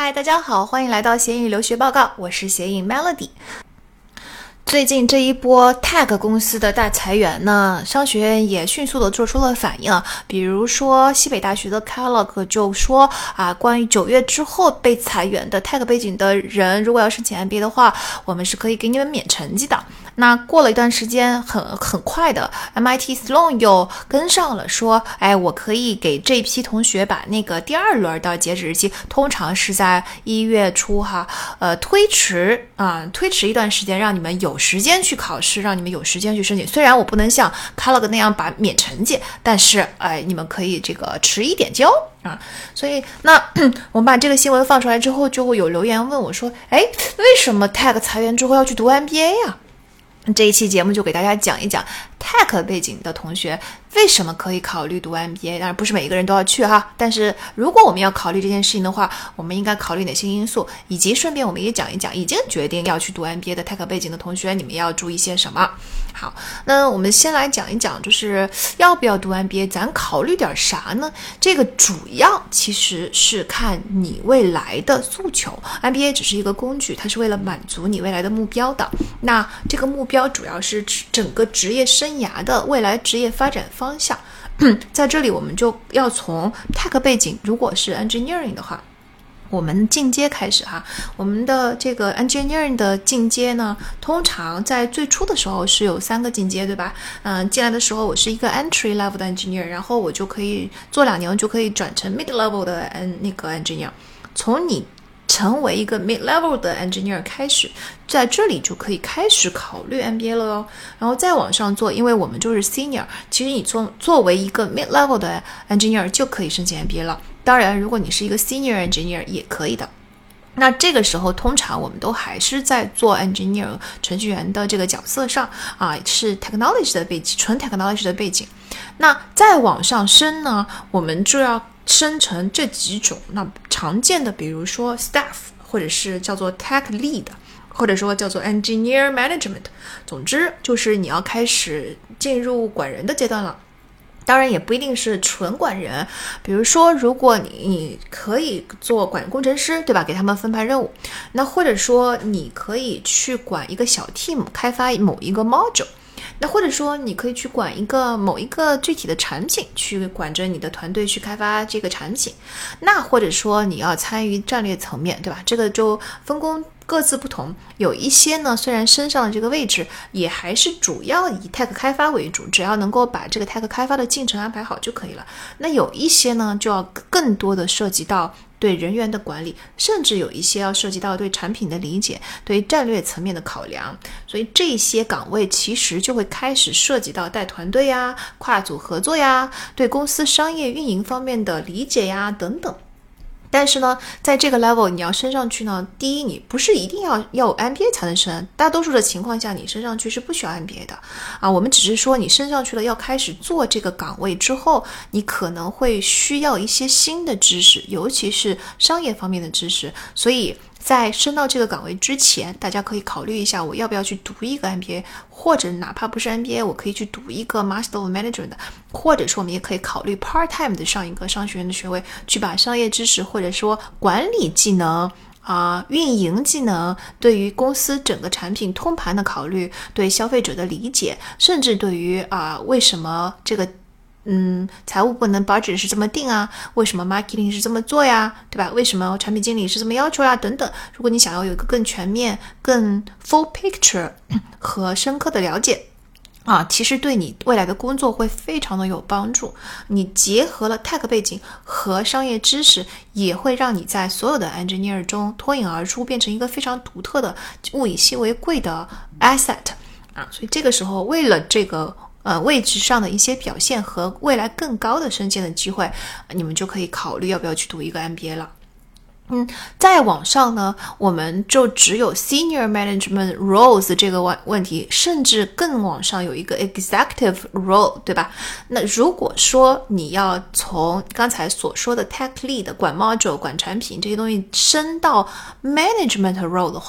嗨，大家好，欢迎来到谐影留学报告，我是谐影 Melody。最近这一波 Tech 公司的大裁员呢，商学院也迅速的做出了反应。比如说西北大学的 Kellogg 就说关于9月之后被裁员的 Tech 背景的人，如果要申请 MBA 的话，我们是可以给你们免成绩的。那过了一段时间，很快的 MIT Sloan 又跟上了，说我可以给这一批同学把那个第二轮的截止日期，通常是在1月初推迟一段时间，让你们有时间去考试，让你们有时间去申请。虽然我不能像 Kellogg 那样把免成绩，但是你们可以这个迟一点交所以那我们把这个新闻放出来之后，就会有留言问我说，为什么 Tech 裁员之后要去读 MBA 啊？这一期节目就给大家讲一讲 Tech 背景的同学为什么可以考虑读 MBA。 当然不是每一个人都要去但是如果我们要考虑这件事情的话，我们应该考虑哪些因素，以及顺便我们也讲一讲已经决定要去读 MBA 的 Tech 背景的同学，你们要注意些什么。好，那我们先来讲一讲，就是要不要读 MBA， 咱考虑点啥呢？这个主要其实是看你未来的诉求， MBA 只是一个工具，它是为了满足你未来的目标的。那这个目标主要是整个职业生涯的未来职业发展方向在这里我们就要从 Tech 背景，如果是 Engineering 的话，我们进阶开始我们的这个 Engineering 的进阶呢，通常在最初的时候是有3个进阶，对吧？进来的时候我是一个 Entry Level 的 Engineer， 然后我就可以做2年就可以转成 Mid Level 的那个 Engineer。 从你成为一个 mid-level 的 engineer 开始，在这里就可以开始考虑 MBA 了哟。然后再往上做，因为我们就是 senior， 其实你作为一个 mid-level 的 engineer 就可以申请 MBA 了。当然如果你是一个 senior engineer 也可以的。那这个时候通常我们都还是在做 engineer 程序员的这个角色上是 technology 的背景，纯 technology 的背景。那再往上升呢，我们就要生成这几种那常见的，比如说 staff， 或者是叫做 tech lead， 或者说叫做 engineer management。 总之就是你要开始进入管人的阶段了。当然也不一定是纯管人，比如说如果你可以做管工程师，对吧？给他们分派任务。那或者说你可以去管一个小 team 开发某一个 module，那或者说你可以去管某一个具体的产品，去管着你的团队去开发这个产品。那或者说你要参与战略层面，对吧？这个就分工各自不同。有一些呢，虽然身上的这个位置也还是主要以 Tech 开发为主，只要能够把这个 Tech 开发的进程安排好就可以了。那有一些呢，就要更多的涉及到对人员的管理，甚至有一些要涉及到对产品的理解，对战略层面的考量。所以这些岗位其实就会开始涉及到带团队呀、跨组合作呀、对公司商业运营方面的理解呀等等。但是呢，在这个 level 你要升上去呢，第一，你不是一定要有 MBA 才能升，大多数的情况下你升上去是不需要 MBA 的我们只是说你升上去了，要开始做这个岗位之后，你可能会需要一些新的知识，尤其是商业方面的知识。所以在升到这个岗位之前，大家可以考虑一下，我要不要去读一个 MBA， 或者哪怕不是 MBA， 我可以去读一个 Master of Management， 或者说我们也可以考虑 part time 的上一个商学院的学位，去把商业知识或者说管理技能运营技能，对于公司整个产品通盘的考虑，对消费者的理解，甚至对于为什么这个财务部门 budget 是这么定为什么 marketing 是这么做呀，对吧？为什么产品经理是这么要求呀等等。如果你想要有一个更全面、更 full picture 和深刻的了解其实对你未来的工作会非常的有帮助。你结合了 tech 背景和商业知识，也会让你在所有的 engineer 中脱颖而出，变成一个非常独特的物以稀为贵的 asset所以这个时候为了这个位置上的一些表现和未来更高的升迁的机会，你们就可以考虑要不要去读一个 MBA 了。再往上呢，我们就只有 senior management roles 这个问题，甚至更往上有一个 executive role， 对吧？那如果说你要从刚才所说的 tech lead 管 module 管产品这些东西升到 management role 的话，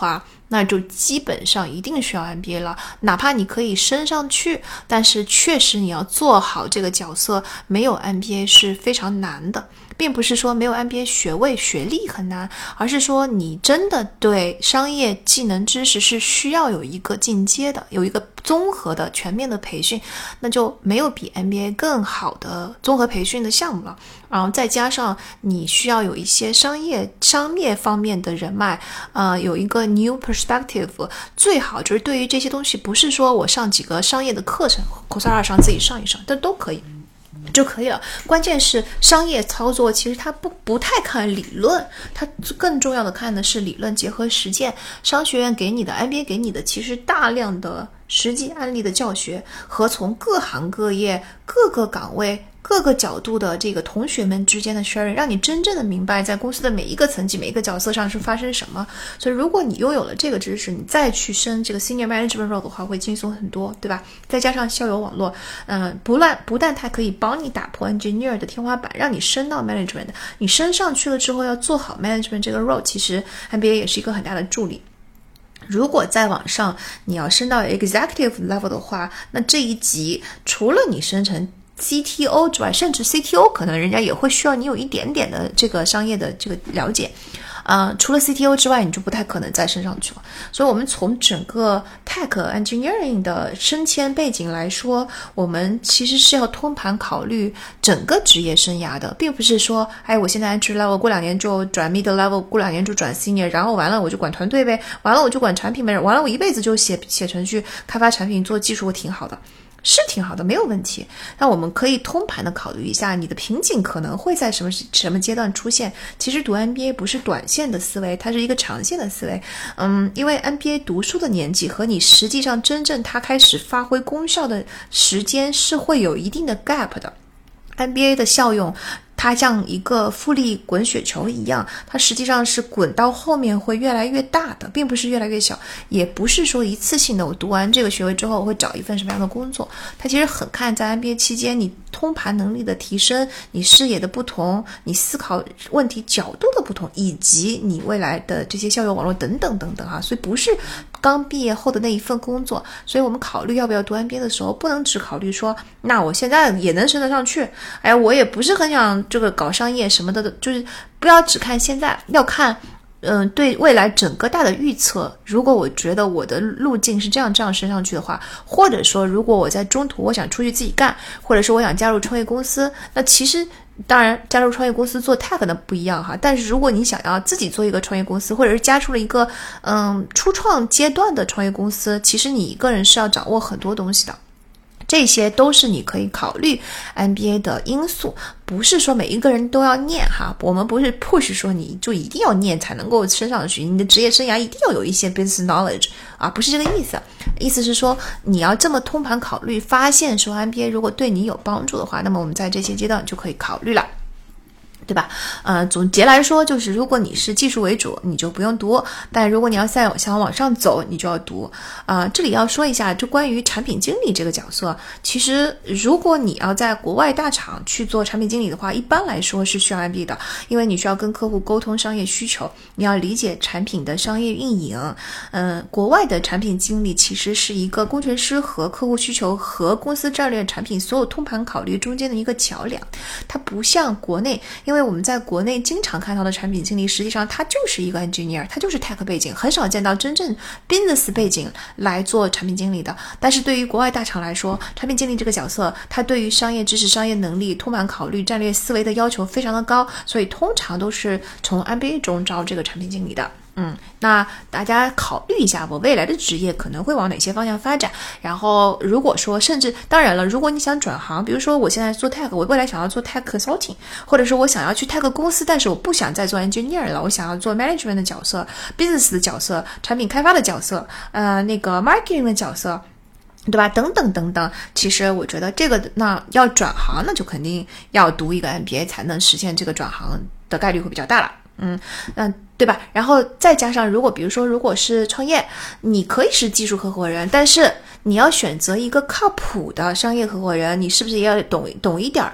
那就基本上一定需要 MBA 了。哪怕你可以升上去，但是确实你要做好这个角色，没有 MBA 是非常难的。并不是说没有 MBA 学位学历很难，而是说你真的对商业技能知识是需要有一个进阶的，有一个综合的全面的培训，那就没有比 MBA 更好的综合培训的项目了。然后再加上你需要有一些商业方面的人脉，有一个 new perspective， 最好就是对于这些东西，不是说我上几个商业的课程 Coursera 上自己上一上，但都可以就可以了。关键是商业操作其实它不太看理论，它更重要的看的是理论结合实践。商学院给你的 MBA 给你的其实大量的实际案例的教学和从各行各业各个岗位各个角度的这个同学们之间的 sharing， 让你真正的明白在公司的每一个层级每一个角色上是发生什么。所以如果你拥有了这个知识，你再去升这个 senior management role 的话会轻松很多，对吧？再加上校友网络，不但它可以帮你打破 engineer 的天花板，让你升到 management， 你升上去了之后要做好 management 这个 role， 其实 MBA 也是一个很大的助力。如果再往上你要升到 executive level 的话，那这一级除了你升成CTO 之外，甚至 CTO 可能人家也会需要你有一点点的这个商业的这个了解，除了 CTO 之外，你就不太可能再升上去了。所以我们从整个 Tech Engineering 的升迁背景来说，我们其实是要通盘考虑整个职业生涯的，并不是说，我现在 Entry Level 过2年就转 Mid Level， 过2年就转 Senior， 然后完了我就管团队呗，完了我就管产品呗，完了我一辈子就写程序、开发产品、做技术，挺好的。是挺好的，没有问题。那我们可以通盘的考虑一下，你的瓶颈可能会在什么阶段出现。其实读 MBA 不是短线的思维，它是一个长线的思维。因为 MBA 读书的年纪和你实际上真正它开始发挥功效的时间是会有一定的 gap 的。MBA 的效用它像一个复利滚雪球一样，它实际上是滚到后面会越来越大的，并不是越来越小，也不是说一次性的我读完这个学位之后我会找一份什么样的工作。它其实很看在 MBA 期间你通盘能力的提升，你视野的不同，你思考问题角度的不同，以及你未来的这些校友网络等等等等哈。所以不是刚毕业后的那一份工作。所以我们考虑要不要读 MBA 的时候，不能只考虑说那我现在也能升得上去，我也不是很想这个搞商业什么的，就是不要只看现在，要看对未来整个大的预测。如果我觉得我的路径是这样升上去的话，或者说如果我在中途我想出去自己干，或者说我想加入创业公司，那其实当然加入创业公司做 tech 的不一样哈，但是如果你想要自己做一个创业公司，或者是加入了一个初创阶段的创业公司，其实你一个人是要掌握很多东西的。这些都是你可以考虑 MBA 的因素，不是说每一个人都要念哈。我们不是 push 说你就一定要念才能够升上去，你的职业生涯一定要有一些 business knowledge 不是这个意思。意思是说你要这么通盘考虑，发现说 MBA 如果对你有帮助的话，那么我们在这些阶段就可以考虑了，对吧？总结来说就是，如果你是技术为主，你就不用读；但如果你要想往上走，你就要读。这里要说一下，就关于产品经理这个角色，其实如果你要在国外大厂去做产品经理的话，一般来说是需要 MBA 的，因为你需要跟客户沟通商业需求，你要理解产品的商业运营。国外的产品经理其实是一个工程师和客户需求和公司战略产品所有通盘考虑中间的一个桥梁，它不像国内，因为我们在国内经常看到的产品经理，实际上他就是一个 engineer， 他就是 tech 背景，很少见到真正 business 背景来做产品经理的。但是对于国外大厂来说，产品经理这个角色，他对于商业知识、商业能力、通盘考虑、战略思维的要求非常的高，所以通常都是从 MBA 中招这个产品经理的。那大家考虑一下，我未来的职业可能会往哪些方向发展。然后如果说甚至当然了，如果你想转行，比如说我现在做 tech， 我未来想要做 tech consulting， 或者说我想要去 tech 公司，但是我不想再做 engineer 了，我想要做 management 的角色、business 的角色、产品开发的角色、那个 marketing 的角色，对吧？等等等等。其实我觉得这个那要转行，那就肯定要读一个 MBA 才能实现这个转行的概率会比较大了。对吧？然后再加上如果是创业，你可以是技术合伙人，但是你要选择一个靠谱的商业合伙人，你是不是也要懂一点啊？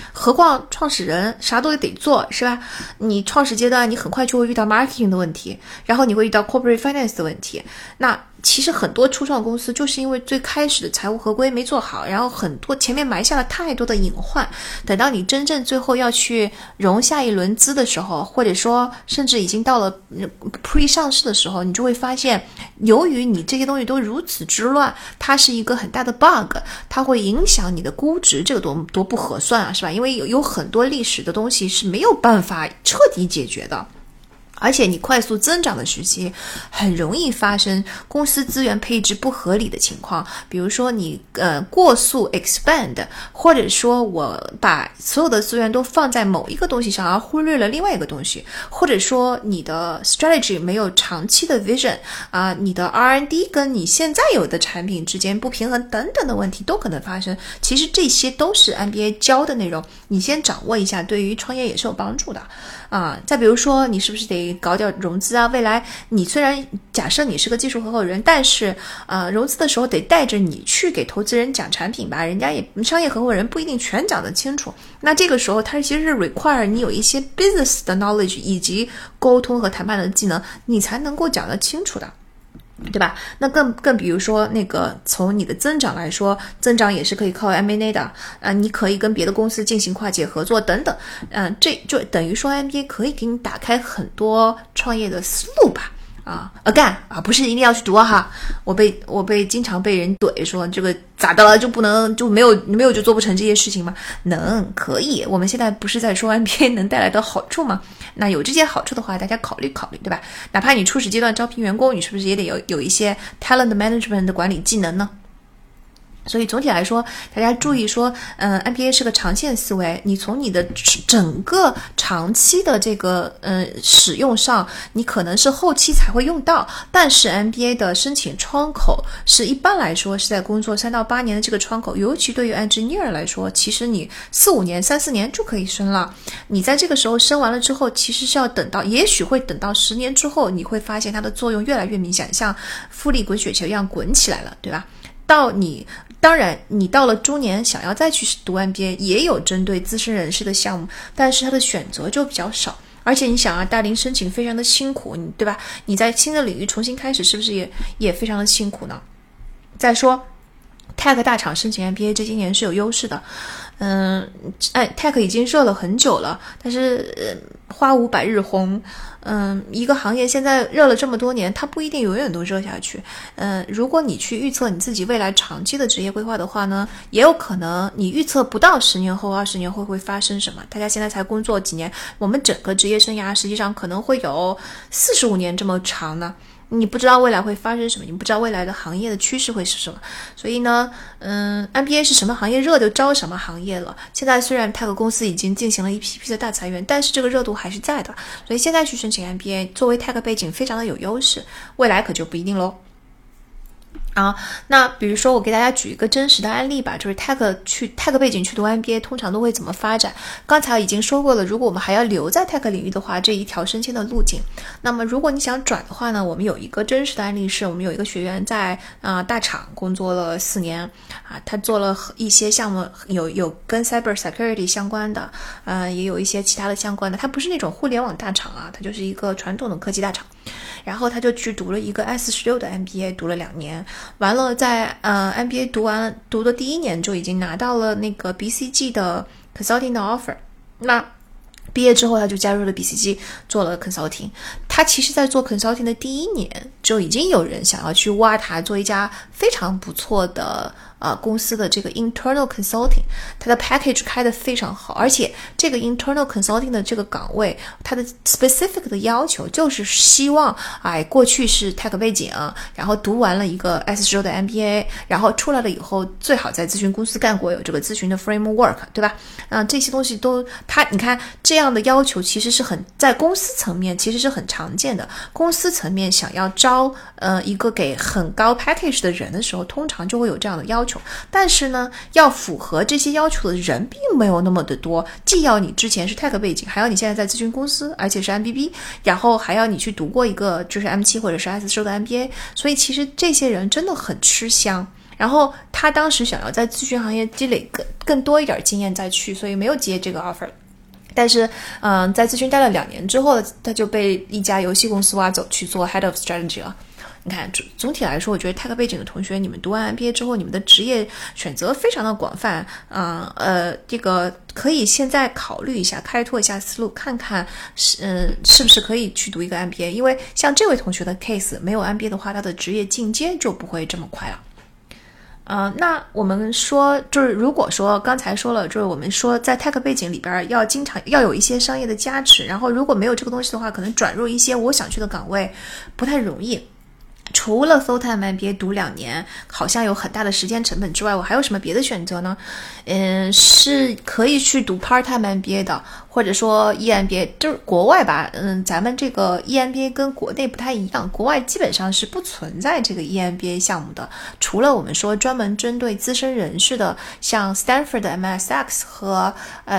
何况创始人啥都得做，是吧？你创始阶段你很快就会遇到 marketing 的问题，然后你会遇到 corporate finance 的问题。那其实很多初创公司就是因为最开始的财务合规没做好，然后很多前面埋下了太多的隐患，等到你真正最后要去融下一轮资的时候，或者说甚至已经到了 pre 上市的时候，你就会发现由于你这些东西都如此之乱，它是一个很大的 bug， 它会影响你的估值，这个多不合算啊，是吧？因为有很多历史的东西是没有办法彻底解决的。而且你快速增长的时期很容易发生公司资源配置不合理的情况，比如说你过速 expand， 或者说我把所有的资源都放在某一个东西上而忽略了另外一个东西，或者说你的 strategy 没有长期的 vision 你的 R&D 跟你现在有的产品之间不平衡等等的问题都可能发生。其实这些都是 MBA 教的内容，你先掌握一下，对于创业也是有帮助的再比如说你是不是得搞点融资未来你虽然假设你是个技术合伙人，但是融资的时候得带着你去给投资人讲产品吧，人家也商业合伙人不一定全讲得清楚，那这个时候它其实是 require 你有一些 business 的 knowledge 以及沟通和谈判的技能，你才能够讲得清楚的，对吧？那更比如说那个从你的增长来说，增长也是可以靠 M&A 的你可以跟别的公司进行跨界合作等等这就等于说 MBA 可以给你打开很多创业的思路吧again 不是一定要去读哈。我被经常被人怼说这个咋的了，就不能就没有就做不成这些事情吗？可以。我们现在不是在说 MBA 能带来的好处吗？那有这些好处的话，大家考虑考虑，对吧？哪怕你初始阶段招聘员工，你是不是也得有一些 talent management 的管理技能呢？所以总体来说，大家注意说MBA 是个长线思维，你从你的整个长期的这个使用上，你可能是后期才会用到，但是 MBA 的申请窗口是一般来说是在工作3到8年的这个窗口，尤其对于 engineer 来说，其实你3-4年就可以升了。你在这个时候升完了之后，其实是要等到，也许会等到10年之后，你会发现它的作用越来越明显，像复利滚雪球一样滚起来了，对吧？当然你到了中年想要再去读 MBA 也有针对资深人士的项目，但是它的选择就比较少，而且你想带领申请非常的辛苦，对吧？你在新的领域重新开始是不是也非常的辛苦呢？再说 Tech 大厂申请 MBA 这今年是有优势的Tech 已经热了很久了，但是花无百日红一个行业现在热了这么多年，它不一定永远都热下去如果你去预测你自己未来长期的职业规划的话呢，也有可能你预测不到10年后20年后会发生什么。大家现在才工作几年，我们整个职业生涯实际上可能会有45年这么长呢，你不知道未来会发生什么，你不知道未来的行业的趋势会是什么。所以呢MBA 是什么行业热就招什么行业了。现在虽然 Tech 公司已经进行了一批的大裁员，但是这个热度还是在的，所以现在去申请 MBA 作为 Tech 背景非常的有优势，未来可就不一定咯。那比如说我给大家举一个真实的案例吧，就是 Tech 背景去读 MBA 通常都会怎么发展。刚才已经说过了，如果我们还要留在 Tech 领域的话，这一条升迁的路径。那么如果你想转的话呢，我们有一个真实的案例是，我们有一个学员在大厂工作了4年他做了一些项目，有跟 cyber security 相关的也有一些其他的相关的，它不是那种互联网大厂它就是一个传统的科技大厂。然后他就去读了一个 S16 的 MBA， 读了2年，完了在MBA 读的第1年就已经拿到了那个 BCG 的 consulting 的 offer。那毕业之后他就加入了 BCG 做了 consulting。他其实在做 consulting 的第1年就已经有人想要去挖他做一家非常不错的公司的这个 internal consulting， 它的 package 开得非常好，而且这个 internal consulting 的这个岗位，它的 specific 的要求就是希望过去是 tech 背景然后读完了一个 S16 的 MBA， 然后出来了以后最好在咨询公司干过，有这个咨询的 framework， 对吧？这些东西都你看这样的要求其实是在公司层面其实是很常见的。公司层面想要招一个给很高 package 的人的时候，通常就会有这样的要求，但是呢要符合这些要求的人并没有那么的多，既要你之前是 tech 背景，还要你现在在咨询公司，而且是 MBB， 然后还要你去读过一个就是 M7 或者是 S16 的 MBA， 所以其实这些人真的很吃香。 然后他当时想要在咨询行业积累更多一点经验再去，所以没有接这个 offer。但是，在咨询待了2年之后，他就被一家游戏公司挖走去做 Head of Strategy 了。你看，总体来说，我觉得 tech 背景的同学，你们读完 MBA 之后，你们的职业选择非常的广泛这个可以现在考虑一下，开拓一下思路，看看是不是可以去读一个 MBA。因为像这位同学的 case， 没有 MBA 的话，他的职业进阶就不会这么快了。那我们说，就是如果说刚才说了，就是我们说在 tech 背景里边要经常要有一些商业的加持，然后如果没有这个东西的话，可能转入一些我想去的岗位不太容易。除了 full-time MBA 读2年好像有很大的时间成本之外，我还有什么别的选择呢？是可以去读 part-time MBA 的，或者说 EMBA， 就是国外吧，咱们这个 EMBA 跟国内不太一样，国外基本上是不存在这个 EMBA 项目的，除了我们说专门针对资深人士的，像 Stanford 的 MSX 和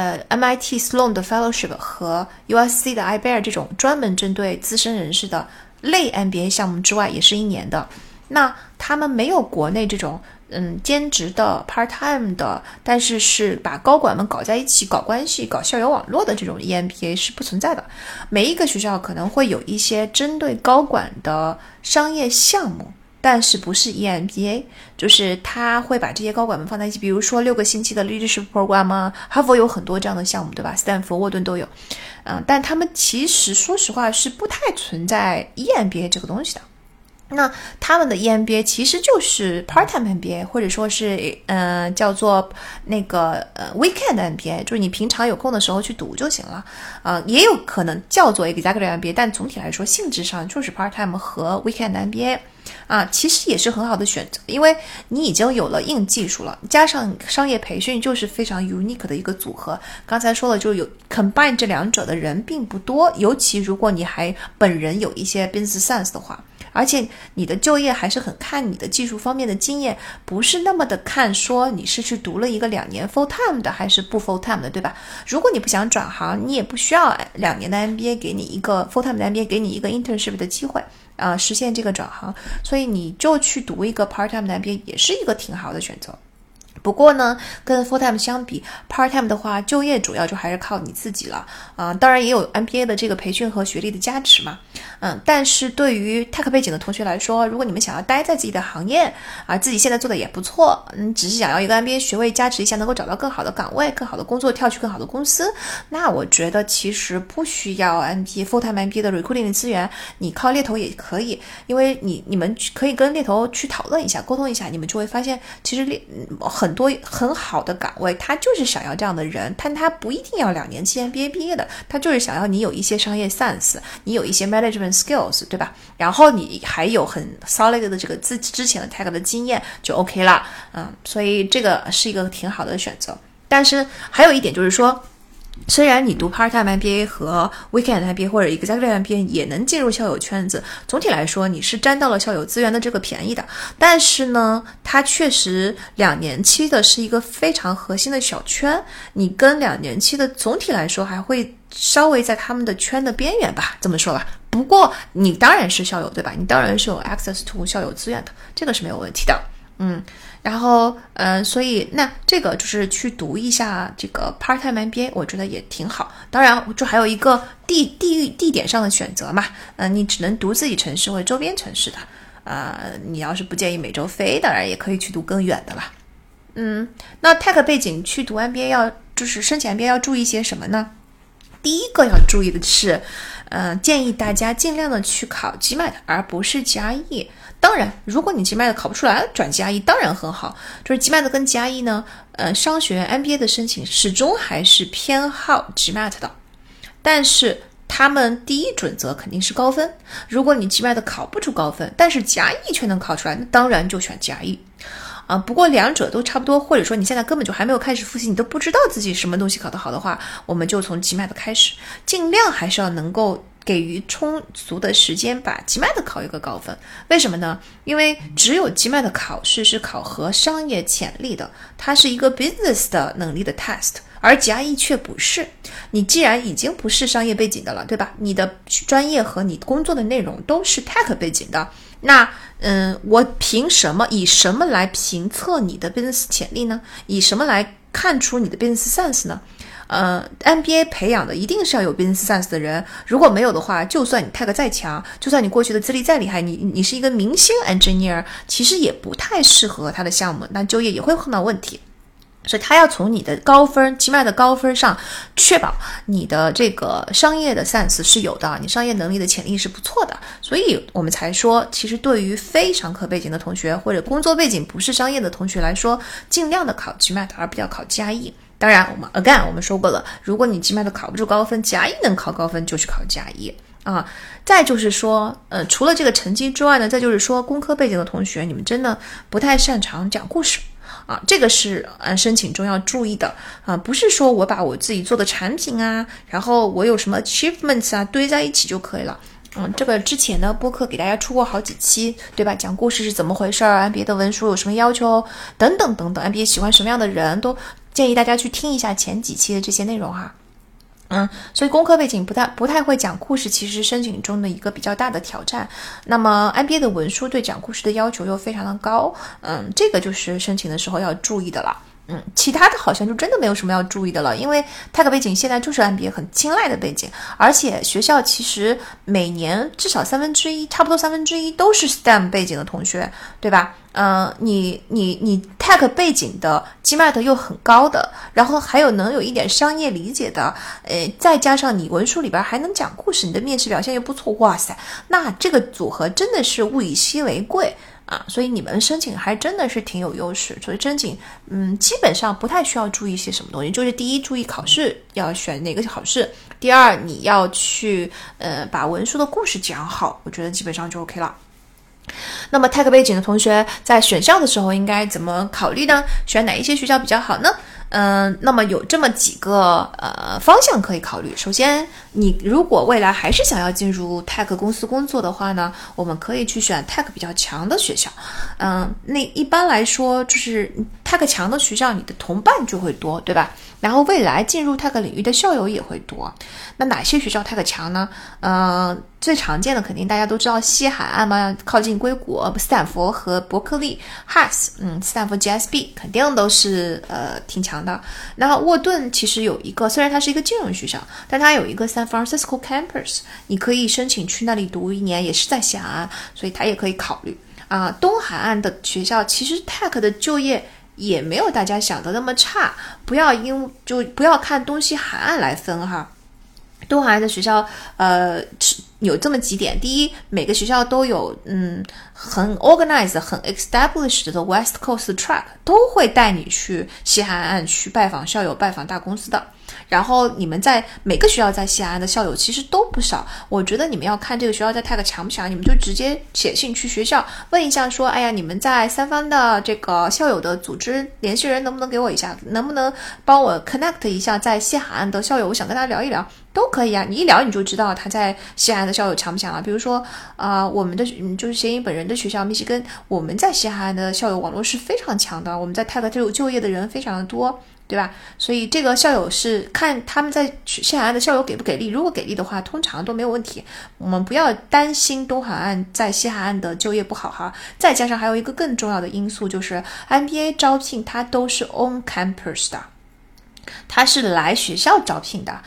MIT Sloan 的 Fellowship 和 USC 的 IBEAR 这种专门针对资深人士的类 MBA 项目之外，也是1年的。那他们没有国内这种兼职的 part time 的，但是把高管们搞在一起搞关系搞校友网络的这种 EMBA 是不存在的。每一个学校可能会有一些针对高管的商业项目，但是不是 EMBA， 就是他会把这些高管们放在一起，比如说6个星期的 leadership program 啊，哈佛有很多这样的项目，对吧？斯坦福、沃顿都有。但他们其实说实话是不太存在 EMBA 这个东西的。那他们的 EMBA 其实就是 part-time MBA， 或者说是叫做那个weekend MBA， 就是你平常有空的时候去读就行了。也有可能叫做 executive MBA， 但总体来说性质上就是 part-time 和 weekend MBA。其实也是很好的选择，因为你已经有了硬技术了，加上商业培训就是非常 unique 的一个组合。刚才说了，就有 combine 这两者的人并不多，尤其如果你还本人有一些 business sense 的话，而且你的就业还是很看你的技术方面的经验，不是那么的看说你是去读了一个2年 full time 的还是不 full time 的，对吧？如果你不想转行，你也不需要2年的 MBA 给你一个 full time 的 MBA 给你一个 internship 的机会实现这个转行，所以你就去读一个 part time 的 MBA 也是一个挺好的选择。不过呢，跟 full time 相比 part time 的话，就业主要就还是靠你自己了当然也有 MBA 的这个培训和学历的加持嘛但是对于 tech 背景的同学来说，如果你们想要待在自己的行业自己现在做的也不错只是想要一个 MBA 学位加持一下，能够找到更好的岗位、更好的工作，跳去更好的公司，那我觉得其实不需要 MBA full time MBA 的 recruiting 的资源，你靠猎头也可以，因为你们可以跟猎头去讨论一下、沟通一下，你们就会发现其实很多很好的岗位他就是想要这样的人，但他不一定要2年期 MBA 毕业的，他就是想要你有一些商业 sense， 你有一些 management skills， 对吧？然后你还有很 solid 的这个之前的 tech 的经验就 OK 了所以这个是一个挺好的选择。但是还有一点就是说，虽然你读 part-time MBA 和 weekend MBA 或者 executive MBA 也能进入校友圈子，总体来说你是沾到了校友资源的这个便宜的，但是呢它确实2年期的是一个非常核心的小圈，你跟2年期的总体来说还会稍微在他们的圈的边缘吧，这么说吧。不过你当然是校友，对吧？你当然是有 access to 校友资源的，这个是没有问题的然后所以那这个就是去读一下这个 part-time MBA， 我觉得也挺好。当然就还有一个地点上的选择嘛你只能读自己城市或者周边城市的你要是不介意每周飞，当然也可以去读更远的啦那 tech 背景去读 MBA 就是申请 MBA 要注意些什么呢？第一个要注意的是建议大家尽量的去考 GMAT 而不是 GRE。当然如果你 GMAT 考不出来转 GRE 当然很好，就是 GMAT 跟 GRE 呢商学院 MBA 的申请始终还是偏好 GMAT 的，但是他们第一准则肯定是高分，如果你 GMAT 考不出高分，但是 GRE 却能考出来，那当然就选 GRE不过两者都差不多，或者说你现在根本就还没有开始复习，你都不知道自己什么东西考得好的话，我们就从 GMAT 开始，尽量还是要能够给予充足的时间把 GMAT 考一个高分。为什么呢？因为只有 GMAT 考试是考核商业潜力的，它是一个 business 的能力的 test， 而 GRE 却不是。你既然已经不是商业背景的了，对吧？你的专业和你工作的内容都是 tech 背景的， 那我凭什么以什么来评测你的 business 潜力呢？以什么来看出你的 business sense 呢？MBA 培养的一定是要有 business sense 的人，如果没有的话，就算你 tag 再强，就算你过去的资历再厉害，你是一个明星 engineer， 其实也不太适合他的项目，那就业也会碰到问题。所以他要从你的高分，GMAT的高分上确保你的这个商业的 sense 是有的，你商业能力的潜力是不错的。所以我们才说，其实对于非商科背景的同学或者工作背景不是商业的同学来说，尽量的考 GMAT 而不要考 GRE。当然我们说过了，如果你 GMAT 考不出高分，GRE 能考高分就去考 GRE。再就是说除了这个成绩之外呢，再就是说工科背景的同学，你们真的不太擅长讲故事这个是申请中要注意的不是说我把我自己做的产品然后我有什么 achievements 堆在一起就可以了。这个之前的播客给大家出过好几期，对吧？讲故事是怎么回事，MBA 的文书有什么要求，等等等等 ，MBA 喜欢什么样的人，都建议大家去听一下前几期的这些内容所以工科背景不太会讲故事，其实申请中的一个比较大的挑战。那么 MBA 的文书对讲故事的要求又非常的高，这个就是申请的时候要注意的了。其他的好像就真的没有什么要注意的了，因为 tag 背景现在就是 MBA 很青睐的背景，而且学校其实每年至少差不多三分之一都是 STEM 背景的同学，对吧？你 tag 背景的 GMAT 又很高的，然后还有能有一点商业理解的，再加上你文书里边还能讲故事，你的面试表现又不错，哇塞，那这个组合真的是物以稀为贵。所以你们申请还真的是挺有优势，所以申请基本上不太需要注意一些什么东西，就是第一，注意考试要选哪个考试，第二，你要去把文书的故事讲好，我觉得基本上就 OK 了。那么 tag 背景的同学在选校的时候应该怎么考虑呢？选哪一些学校比较好呢？那么有这么几个方向可以考虑。首先，你如果未来还是想要进入 tag 公司工作的话呢，我们可以去选 tag 比较强的学校。那一般来说，就是 tag 强的学校，你的同伴就会多，对吧？然后未来进入 tag 领域的校友也会多。那哪些学校 tag 强呢？最常见的肯定大家都知道西海岸嘛，靠近硅谷，斯坦福和伯克利 Haas， 斯坦福 GSB 肯定都是挺强的。然后沃顿其实有一个，虽然它是一个金融学校，但它有一个 San Francisco Campus， 你可以申请去那里读1年，也是在西海岸，所以它也可以考虑东海岸的学校其实 tag 的就业也没有大家想的那么差，不要看东西海岸来分哈。东海岸的学校有这么几点，第一，每个学校都有很 organized 很 established 的 West Coast track， 都会带你去西海岸去拜访校友，拜访大公司的。然后你们在每个学校在西海岸的校友其实都不少，我觉得你们要看这个学校在 tag 强不强，你们就直接写信去学校问一下说，哎呀，你们在三方的这个校友的组织联系人能不能给我一下，能不能帮我 connect 一下在西海岸的校友，我想跟他聊一聊，都可以你一聊你就知道他在西海岸的校友强不强了。比如说我们的就是谐音本人的学校密西根，我们在西海岸的校友网络是非常强的，我们在 tag 就业的人非常的多，对吧？所以这个校友是看他们在西海岸的校友给不给力，如果给力的话通常都没有问题，我们不要担心东海岸在西海岸的就业不好哈。再加上还有一个更重要的因素，就是 MBA 招聘它都是 on campus 的，他是来学校招聘的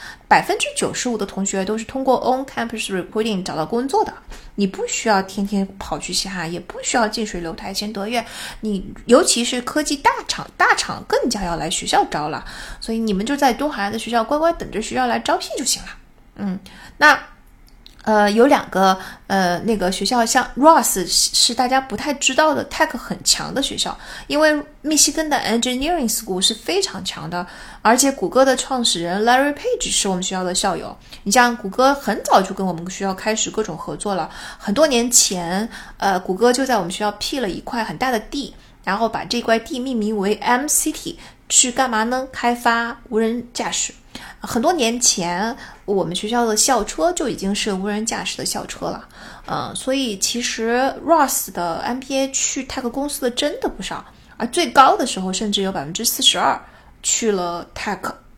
，95%的同学都是通过 on campus recruiting 找到工作的。你不需要天天跑去西海岸，也不需要近水楼台先得月，你尤其是科技大厂更加要来学校招了，所以你们就在东海岸的学校乖乖等着学校来招聘就行了。那有两个那个学校，像 Ross 是大家不太知道的 tag 很强的学校，因为密西根的 Engineering School 是非常强的，而且谷歌的创始人 Larry Page 是我们学校的校友。你像谷歌很早就跟我们学校开始各种合作了，很多年前谷歌就在我们学校辟了一块很大的地，然后把这块地命名为 M-City， 去干嘛呢？开发无人驾驶。很多年前我们学校的校车就已经是无人驾驶的校车了，所以其实 Ross 的 MBA 去 tag 公司的真的不少，而最高的时候甚至有42%去了 tag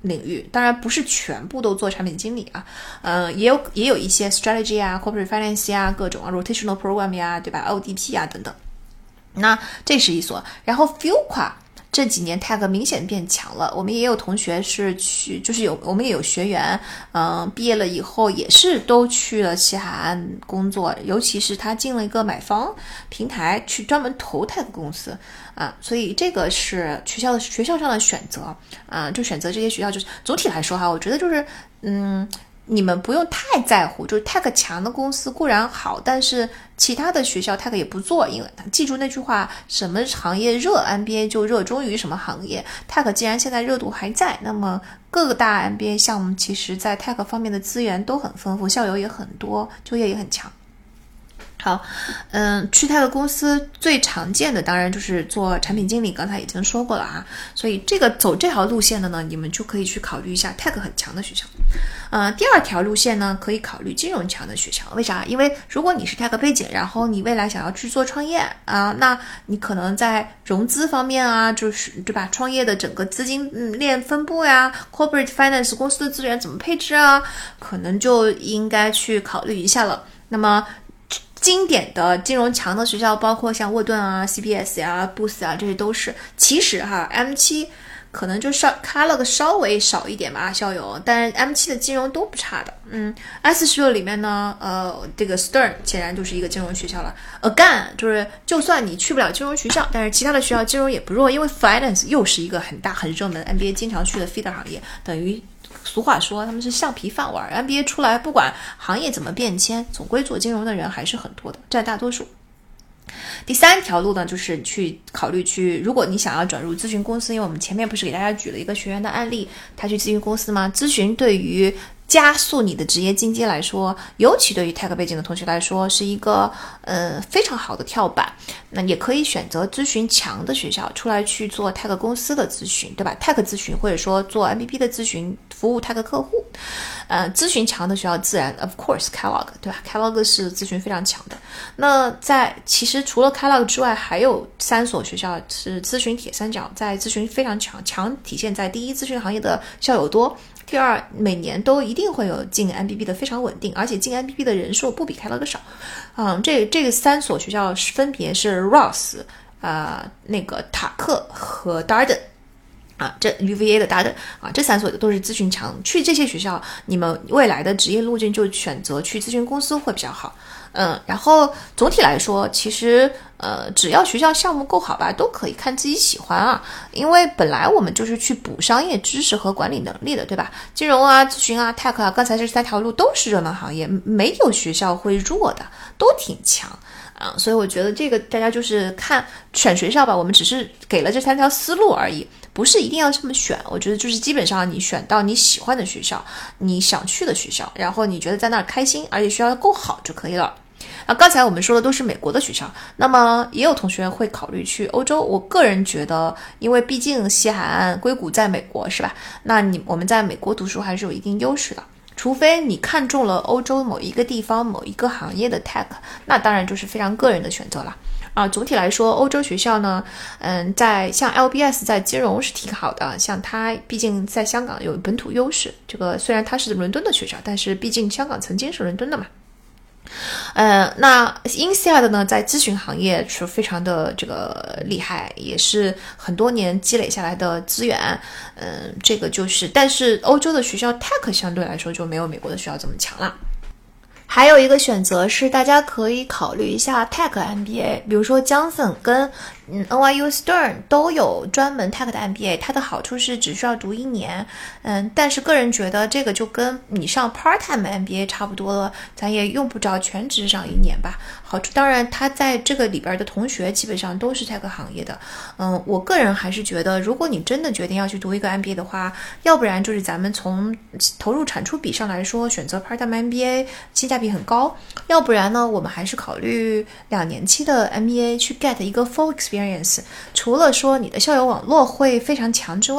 领域，当然不是全部都做产品经理啊，也有一些 strategy 啊 corporate finance 啊各种rotational program 呀，对吧 ODP 啊等等。那这是一所，然后 Fuqua这几年 tag 明显变强了，我们也有同学是去，就是我们也有学员，毕业了以后也是都去了西海岸工作，尤其是他进了一个买房平台，去专门投 tag 公司啊，所以这个是学校上的选择啊，就选择这些学校，就是总体来说哈，我觉得就是你们不用太在乎，就是 tag 强的公司固然好，但是其他的学校 tag 也不做，因为记住那句话，什么行业热 MBA 就热衷于什么行业。tag 既然现在热度还在，那么各个大 MBA 项目其实在 tag 方面的资源都很丰富，校友也很多，就业也很强。好，去tag公司最常见的当然就是做产品经理，刚才已经说过了啊，所以走这条路线的呢，你们就可以去考虑一下 tag 很强的学校。第二条路线呢，可以考虑金融强的学校。为啥？因为如果你是 tag 背景，然后你未来想要去做创业啊，那你可能在融资方面啊，就是对吧？创业的整个资金链分布呀 ，corporate finance 公司的资源怎么配置啊，可能就应该去考虑一下了。那么经典的金融强的学校包括像沃顿啊 CBS 啊 Booth 啊，这些都是。其实M7 可能就Kellogg 稍微少一点吧校友，但是 M7 的金融都不差的。S16 里面呢这个 Stern 显然就是一个金融学校了。Again 就是就算你去不了金融学校，但是其他的学校金融也不弱，因为 Finance 又是一个很大很热门 NBA 经常去的 feeder 行业，等于俗话说他们是橡皮饭碗， MBA 出来不管行业怎么变迁，总归做金融的人还是很多的，占大多数。第三条路呢，就是去考虑如果你想要转入咨询公司，因为我们前面不是给大家举了一个学员的案例，他去咨询公司吗？咨询对于加速你的职业进阶来说，尤其对于 tech 背景的同学来说，是一个非常好的跳板。那也可以选择咨询强的学校出来去做 tech 公司的咨询，对吧？ tech 咨询或者说做 MVP 的咨询，服务 tech 客户。咨询强的学校自然 of course Kellogg， 对吧？ Kellogg 是咨询非常强的。那其实除了 Kellogg 之外，还有3所学校是咨询铁三角，在咨询非常强体现在第一，咨询行业的校友多，第二，每年都一定会有进 MBB 的非常稳定，而且进 MBB 的人数不比Kellogg少。这个3所学校分别是 Ross、那个塔克和 Darden。这 UVA 的 Darden 这3所都是咨询强，去这些学校，你们未来的职业路径就选择去咨询公司会比较好。然后总体来说，其实只要学校项目够好吧，都可以看自己喜欢啊。因为本来我们就是去补商业知识和管理能力的，对吧？金融啊、咨询啊、tech 啊，刚才这3条路都是热门行业，没有学校会弱的，都挺强。所以我觉得这个大家就是看选学校吧，我们只是给了这3条思路而已，不是一定要这么选。我觉得就是基本上你选到你喜欢的学校，你想去的学校，然后你觉得在那儿开心，而且学校够好就可以了。刚才我们说的都是美国的学校，那么也有同学会考虑去欧洲。我个人觉得，因为毕竟西海岸硅谷在美国是吧？那我们在美国读书还是有一定优势的。除非你看中了欧洲某一个地方某一个行业的 tech， 那当然就是非常个人的选择了。总体来说，欧洲学校呢，在像 LBS 在金融是挺好的，像它毕竟在香港有本土优势。这个虽然它是伦敦的学校，但是毕竟香港曾经是伦敦的嘛。那 INSEAD 呢，在咨询行业是非常的这个厉害，也是很多年积累下来的资源。这个就是，但是欧洲的学校 tech 相对来说就没有美国的学校这么强了。还有一个选择是，大家可以考虑一下 tech MBA， 比如说 Johnson 跟NYU Stern 都有专门 tech 的 MBA， 它的好处是只需要读1年，但是个人觉得这个就跟你上 part-time MBA 差不多了，咱也用不着全职上1年吧。好处当然，他在这个里边的同学基本上都是 tech 行业的。我个人还是觉得，如果你真的决定要去读一个 MBA 的话，要不然就是咱们从投入产出比上来说，选择 part-time MBA 性价比很高，要不然呢，我们还是考虑2年期的 MBA 去 get 一个 full experience。除了说你的校友网络会非常强之外，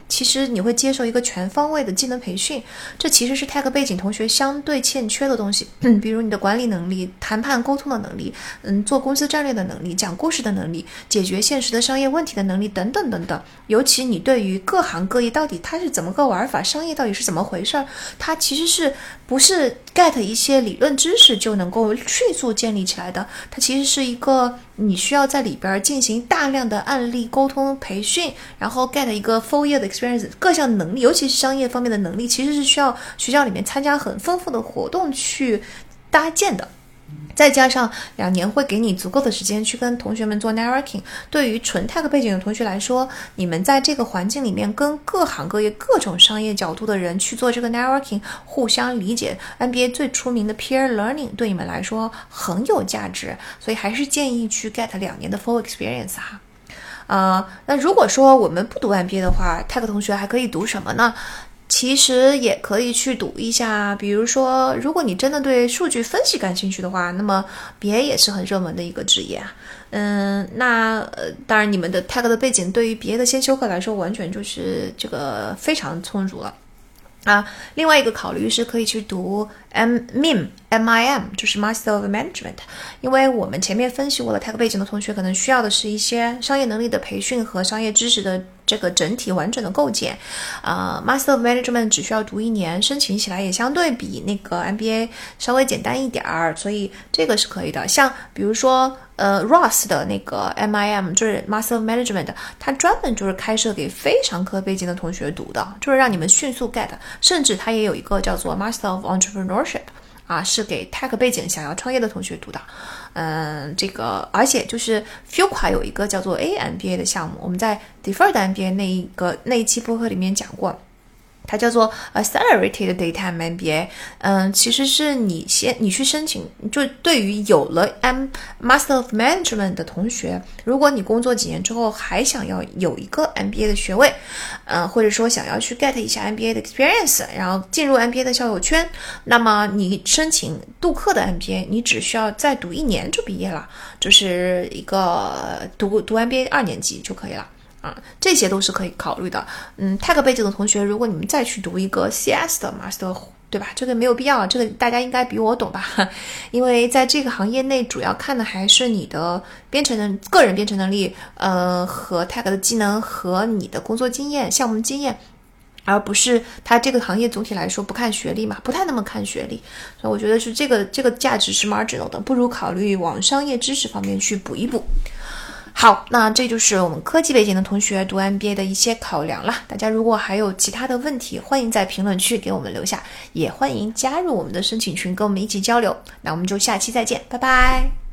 其实你会接受一个全方位的技能培训，这其实是 Tech 背景同学相对欠缺的东西。比如你的管理能力、谈判沟通的能力，做公司战略的能力、讲故事的能力、解决现实的商业问题的能力等等等等。尤其你对于各行各业到底它是怎么个玩法，商业到底是怎么回事，它其实是不是 get 一些理论知识就能够迅速建立起来的，它其实是一个你需要在里边进行大量的案例沟通培训，然后 get 一个 full year 的 experience， 各项能力，尤其是商业方面的能力，其实是需要学校里面参加很丰富的活动去搭建的。再加上2年会给你足够的时间去跟同学们做 networking。 对于纯 tech 背景的同学来说，你们在这个环境里面跟各行各业各种商业角度的人去做这个 networking， 互相理解， MBA 最出名的 peer learning 对你们来说很有价值，所以还是建议去 get 2年的 full experience 哈。那如果说我们不读 MBA 的话， tech 同学还可以读什么呢？其实也可以去读一下，比如说如果你真的对数据分析感兴趣的话，那么 BA 也是很热门的一个职业啊。当然你们的 tech 的背景对于 BA 的先修课来说完全就是这个非常充足了另外一个考虑是可以去读 MIM， 就是 Master of Management， 因为我们前面分析过了 tech 背景的同学可能需要的是一些商业能力的培训和商业知识的这个整体完整的构建。Master of Management 只需要读1年，申请起来也相对比那个 MBA 稍微简单一点所以这个是可以的。像比如说Ross 的那个 MIM 就是 Master of Management， 它专门就是开设给非常科背景的同学读的，就是让你们迅速 get， 甚至它也有一个叫做 Master of Entrepreneurship，是给 tech 背景想要创业的同学读的。这个而且就是 Fuqua 有一个叫做 AMBA 的项目，我们在 Deferred MBA 那一期播客里面讲过，它叫做 Accelerated Daytime MBA。其实是你去申请，就对于有了 Master of Management 的同学，如果你工作几年之后还想要有一个 MBA 的学位，或者说想要去 get 一下 MBA 的 experience， 然后进入 MBA 的校友圈，那么你申请杜克的 MBA， 你只需要再读1年就毕业了，就是一个读 MBA 2年级就可以了。这些都是可以考虑的。tech 背景的同学，如果你们再去读一个 CS 的 master， 对吧？这个没有必要，这个大家应该比我懂吧？因为在这个行业内，主要看的还是你的个人编程能力，和 tech 的技能和你的工作经验、项目经验，而不是它这个行业总体来说不看学历嘛，不太那么看学历。所以我觉得是这个价值是 marginal 的，不如考虑往商业知识方面去补一补。好，那这就是我们科技背景的同学读 MBA 的一些考量了。大家如果还有其他的问题，欢迎在评论区给我们留下，也欢迎加入我们的申请群跟我们一起交流。那我们就下期再见，拜拜。